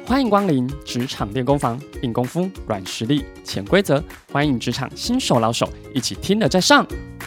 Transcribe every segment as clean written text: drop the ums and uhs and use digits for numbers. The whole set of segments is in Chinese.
欢迎光临职场练功房，硬功夫、软实力、潜规则，欢迎职场新手老手一起听了再上。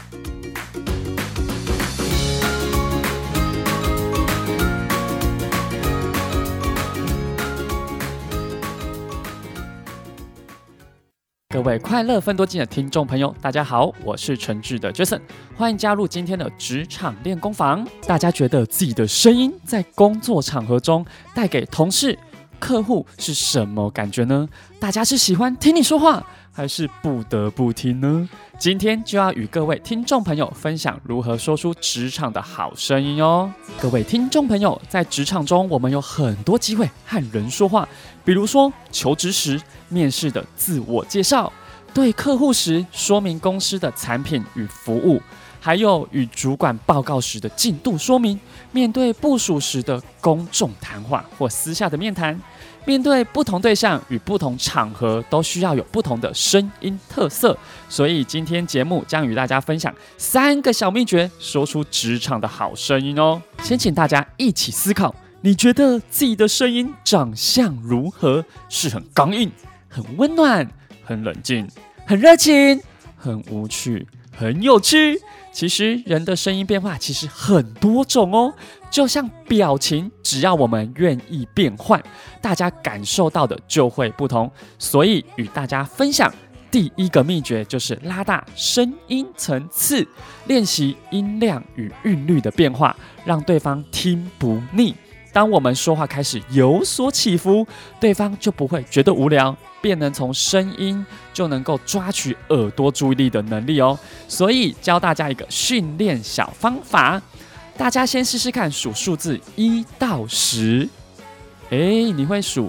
各位快乐分多金的听众朋友，大家好，我是纯智的 Jason， 欢迎加入今天的职场练功房。大家觉得自己的声音在工作场合中带给同事、客户是什么感觉呢？大家是喜欢听你说话，还是不得不听呢？今天就要与各位听众朋友分享如何说出职场的好声音哦。各位听众朋友，在职场中，我们有很多机会和人说话，比如说求职时面试的自我介绍，对客户时说明公司的产品与服务，还有与主管报告时的进度说明，面对部属时的公众谈话或私下的面谈，面对不同对象与不同场合都需要有不同的声音特色。所以今天节目将与大家分享3个小秘诀，说出职场的好声音哦。先请大家一起思考，你觉得自己的声音长相如何？是很刚硬、很温暖、很冷静、很热情、很无趣、很有趣？其实人的声音变化其实很多种哦，就像表情，只要我们愿意变换，大家感受到的就会不同。所以与大家分享第一个秘诀，就是拉大声音层次，练习音量与韵律的变化，让对方听不腻。当我们说话开始有所起伏，对方就不会觉得无聊，便能从声音就能够抓取耳朵注意力的能力哦。所以教大家一个训练小方法，大家先试试看数数字1到10。你会数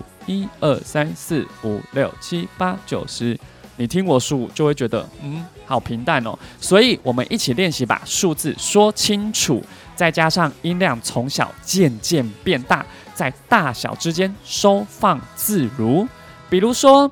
1、2、3、4、5、6、7、8、9、10。你听我数就会觉得好平淡哦。所以我们一起练习把数字说清楚，再加上音量从小渐渐变大，在大小之间收放自如。比如说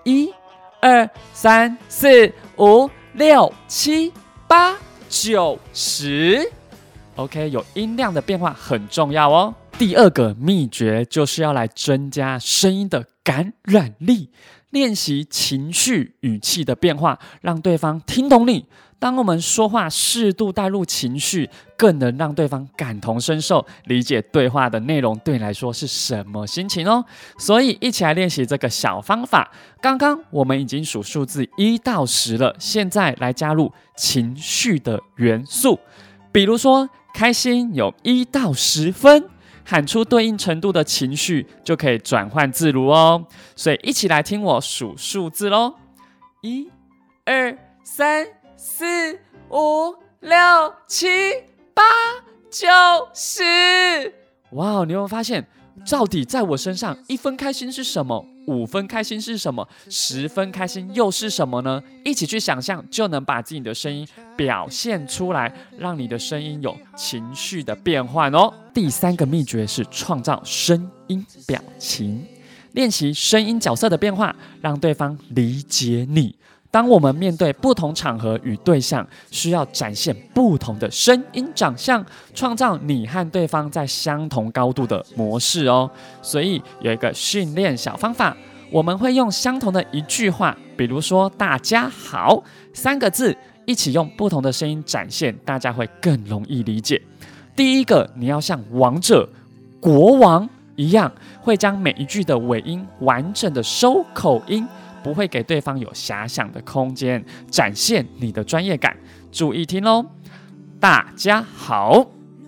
1、2、3、4、5、6、7、8、9、10。OK， 有音量的变化很重要哦。第二个秘诀就是要来增加声音的感染力，练习情绪语气的变化，让对方听懂你。当我们说话适度带入情绪，更能让对方感同身受，理解对话的内容对你来说是什么心情哦。所以一起来练习这个小方法。刚刚我们已经数数字1到10了，现在来加入情绪的元素，比如说开心有1到10分，喊出对应程度的情绪，就可以转换自如哦。所以一起来听我数数字咯。1、2、3、4、5、6、7、8、9、10。哇，你有没有发现，到底在我身上1分开心是什么？5分开心是什么？10分开心又是什么呢？一起去想象，就能把自己的声音表现出来，让你的声音有情绪的变换哦。第3个秘诀是创造声音表情，练习声音角色的变化，让对方理解你。当我们面对不同场合与对象，需要展现不同的声音长相，创造你和对方在相同高度的模式哦。所以有一个训练小方法，我们会用相同的一句话，比如说大家好3个字，一起用不同的声音展现，大家会更容易理解。第一个，你要像王者、国王一样，会将每一句的尾音完整的收口音，不会给对方有遐想的空间，展现你的专业感。注意听咯，大家好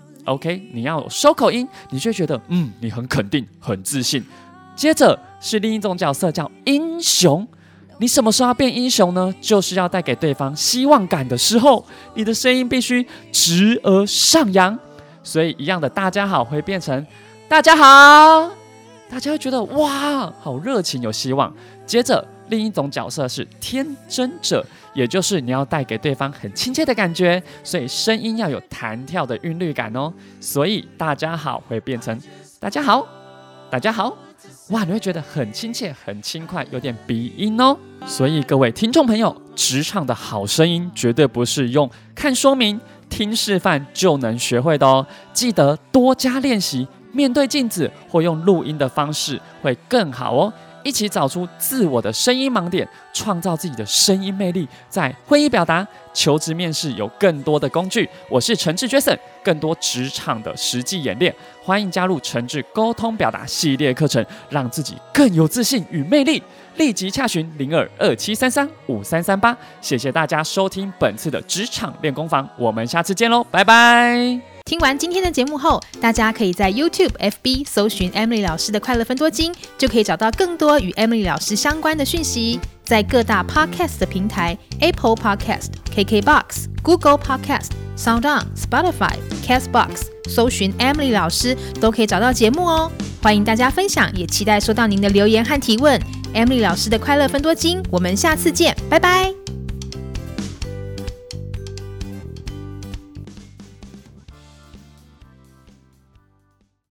OK， 你要有收口音，你就会觉得你很肯定很自信。接着是另一种角色，叫英雄。你什么时候要变英雄呢？就是要带给对方希望感的时候，你的声音必须直而上扬。所以一样的大家好会变成大家好，大家会觉得哇好热情有希望。接着另一种角色是天真者，也就是你要带给对方很亲切的感觉，所以声音要有弹跳的韵律感哦。所以大家好会变成大家好，大家好，哇，你会觉得很亲切很轻快，有点鼻音哦。所以各位听众朋友，职场的好声音绝对不是用看说明听示范就能学会的哦，记得多加练习， 面对镜子或用录音的方式会更好哦。一起找出自我的声音盲点，创造自己的声音魅力。在会议表达、求职面试有更多的工具。我是诚志 Jason， 更多职场的实际演练，欢迎加入诚志沟通表达系列课程，让自己更有自信与魅力。立即洽询0227335338。谢谢大家收听本次的职场练功房，我们下次见喽，拜拜。 听完今天的节目后，大家可以在 YouTube、FB 搜寻 Emily 老师的快乐分多金，就可以找到更多与 Emily 老师相关的讯息。在各大 Podcast 的平台 Apple Podcast、KKBox、Google Podcast、SoundOn、Spotify、Castbox 搜寻 Emily 老师都可以找到节目哦。欢迎大家分享，也期待收到您的留言和提问。Emily 老师的快乐分多金，我们下次见，拜拜。